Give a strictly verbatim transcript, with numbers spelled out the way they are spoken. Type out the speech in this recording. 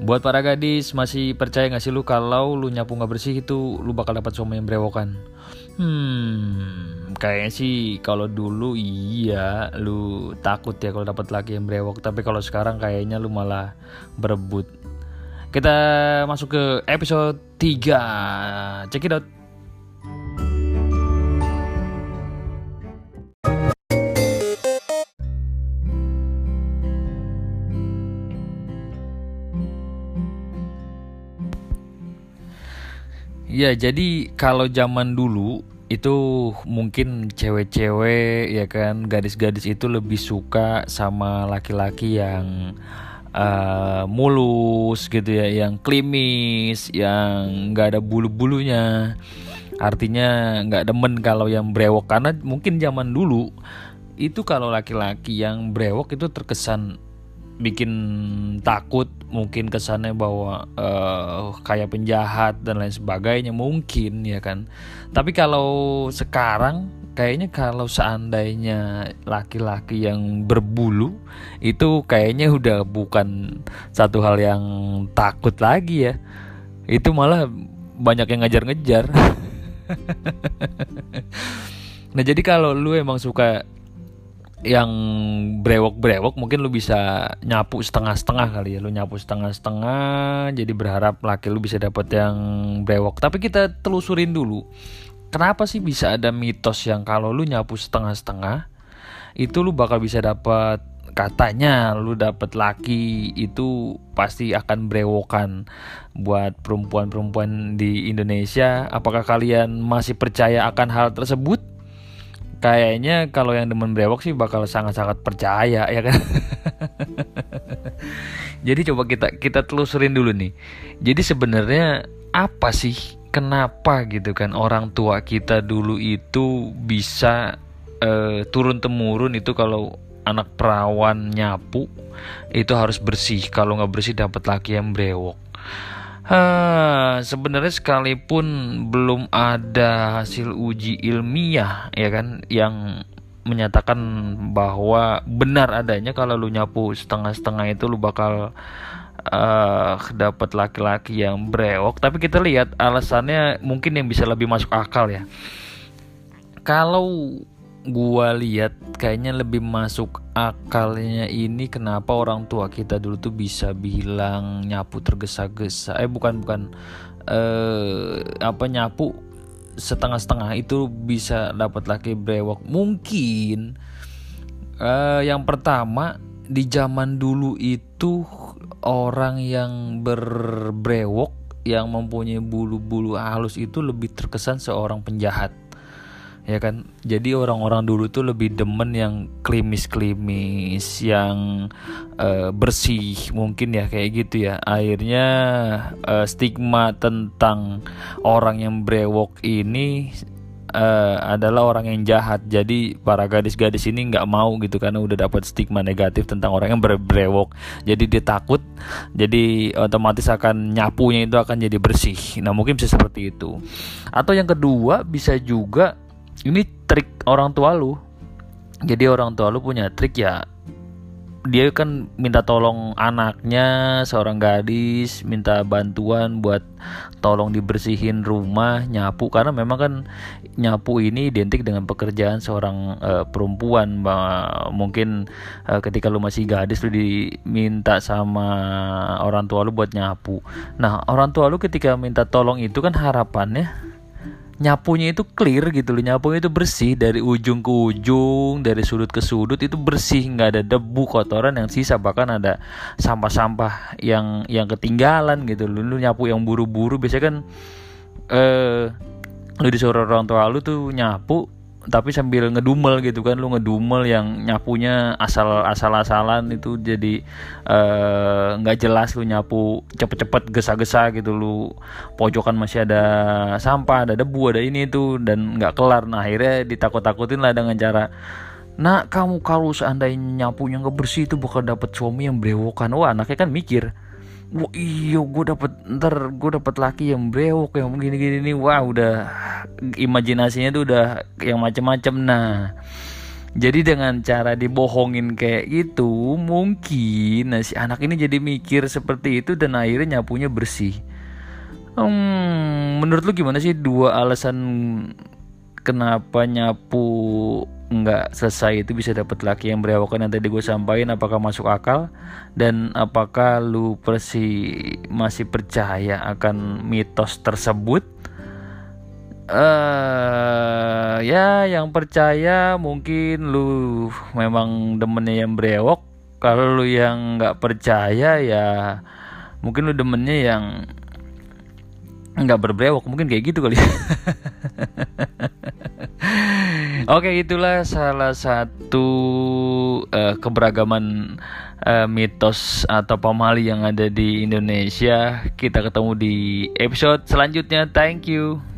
Buat para gadis, masih percaya gak sih lu kalau lu nyapu gak bersih itu lu bakal dapat suami yang berewokan? Hmm, kayaknya sih kalau dulu iya lu takut ya kalau dapat laki yang brewok, tapi kalau sekarang kayaknya lu malah berebut. Kita masuk ke episode tiga. Check it out. Ya, jadi kalau zaman dulu itu mungkin cewek-cewek ya kan, gadis-gadis itu lebih suka sama laki-laki yang uh, mulus gitu ya, yang klimis, yang nggak ada bulu-bulunya. Artinya nggak demen kalau yang brewok, karena mungkin zaman dulu itu kalau laki-laki yang brewok itu terkesan bikin takut, mungkin kesannya bahwa uh, kayak penjahat dan lain sebagainya mungkin ya kan. Tapi kalau sekarang kayaknya kalau seandainya laki-laki yang berbulu itu kayaknya udah bukan satu hal yang takut lagi ya, itu malah banyak yang ngejar-ngejar. Nah, jadi kalau lu emang suka yang brewok-brewok, mungkin lu bisa nyapu setengah-setengah kali ya. Lu nyapu setengah-setengah, jadi berharap laki lu bisa dapet yang brewok. Tapi kita telusurin dulu, kenapa sih bisa ada mitos yang kalau lu nyapu setengah-setengah itu lu bakal bisa dapet, katanya lu dapet laki itu pasti akan brewokan. Buat perempuan-perempuan di Indonesia, apakah kalian masih percaya akan hal tersebut? Kayaknya kalau yang demen brewok sih bakal sangat-sangat percaya ya kan. Jadi coba kita kita telusurin dulu nih. Jadi sebenarnya apa sih, kenapa gitu kan orang tua kita dulu itu bisa uh, turun temurun itu kalau anak perawan nyapu itu harus bersih, kalau nggak bersih dapat laki yang brewok. Ha, sebenarnya sekalipun belum ada hasil uji ilmiah ya kan yang menyatakan bahwa benar adanya kalau lu nyapu setengah-setengah itu lu bakal uh, dapat laki-laki yang brewok, tapi kita lihat alasannya mungkin yang bisa lebih masuk akal ya. Kalau gua lihat kayaknya lebih masuk akalnya ini kenapa orang tua kita dulu tuh bisa bilang nyapu tergesa-gesa, eh bukan bukan eh apa nyapu setengah-setengah itu bisa dapat laki brewok. Mungkin eh, yang pertama, di zaman dulu itu orang yang berbrewok yang mempunyai bulu-bulu halus itu lebih terkesan seorang penjahat ya kan. Jadi orang-orang dulu tuh lebih demen yang klimis-klimis, yang uh, bersih mungkin ya kayak gitu ya. Akhirnya uh, stigma tentang orang yang brewok ini uh, adalah orang yang jahat. Jadi para gadis-gadis ini nggak mau gitu karena udah dapat stigma negatif tentang orang yang berbrewok. Jadi dia takut, jadi otomatis akan nyapunya itu akan jadi bersih. Nah, mungkin bisa seperti itu. Atau yang kedua bisa juga ini trik orang tua lu. Jadi orang tua lu punya trik ya. Dia kan minta tolong anaknya, seorang gadis, minta bantuan buat tolong dibersihin rumah, nyapu. Karena memang kan nyapu ini identik dengan pekerjaan seorang uh, perempuan. Mungkin uh, ketika lu masih gadis lu diminta sama orang tua lu buat nyapu. Nah, orang tua lu ketika minta tolong itu kan harapannya nyapunya itu clear gitu loh, nyapunya itu bersih dari ujung ke ujung, dari sudut ke sudut itu bersih, nggak ada debu kotoran yang sisa, bahkan ada sampah-sampah yang yang ketinggalan gitu loh. Lu nyapu yang buru-buru biasanya kan eh lu disuruh orang tua lu tuh nyapu tapi sambil ngedumel gitu kan, lu ngedumel yang nyapunya asal-asal-asalan itu jadi nggak uh, jelas. Lu nyapu cepet-cepet gesa-gesa gitu, lu pojokan masih ada sampah, ada debu, ada ini itu dan nggak kelar. Nah, akhirnya ditakut-takutin lah dengan cara, nah kamu kalau seandainya nyapunya nggak bersih itu bakal dapet suami yang brewokan. Wah, anaknya kan mikir, wah iya gue dapet ntar gue dapet laki yang brewok yang gini-gini nih. Wah, udah imajinasinya tuh udah yang macem-macem. Nah, Jadi dengan cara dibohongin kayak gitu, mungkin nah, si anak ini jadi mikir seperti itu dan akhirnya nyapunya bersih. Hmm, menurut lu gimana sih dua alasan kenapa nyapu nggak selesai itu bisa dapat laki yang berewokan yang tadi gue sampaikan? Apakah masuk akal? Dan apakah lu persi masih percaya akan mitos tersebut? Eh ya yang percaya mungkin lu memang demennya yang brewok. Kalau lu yang nggak percaya ya mungkin lu demennya yang nggak berbrewok, mungkin kayak gitu kali. Oke, itulah salah satu uh, keberagaman uh, mitos atau pamali yang ada di Indonesia. Kita ketemu di episode selanjutnya. Thank you.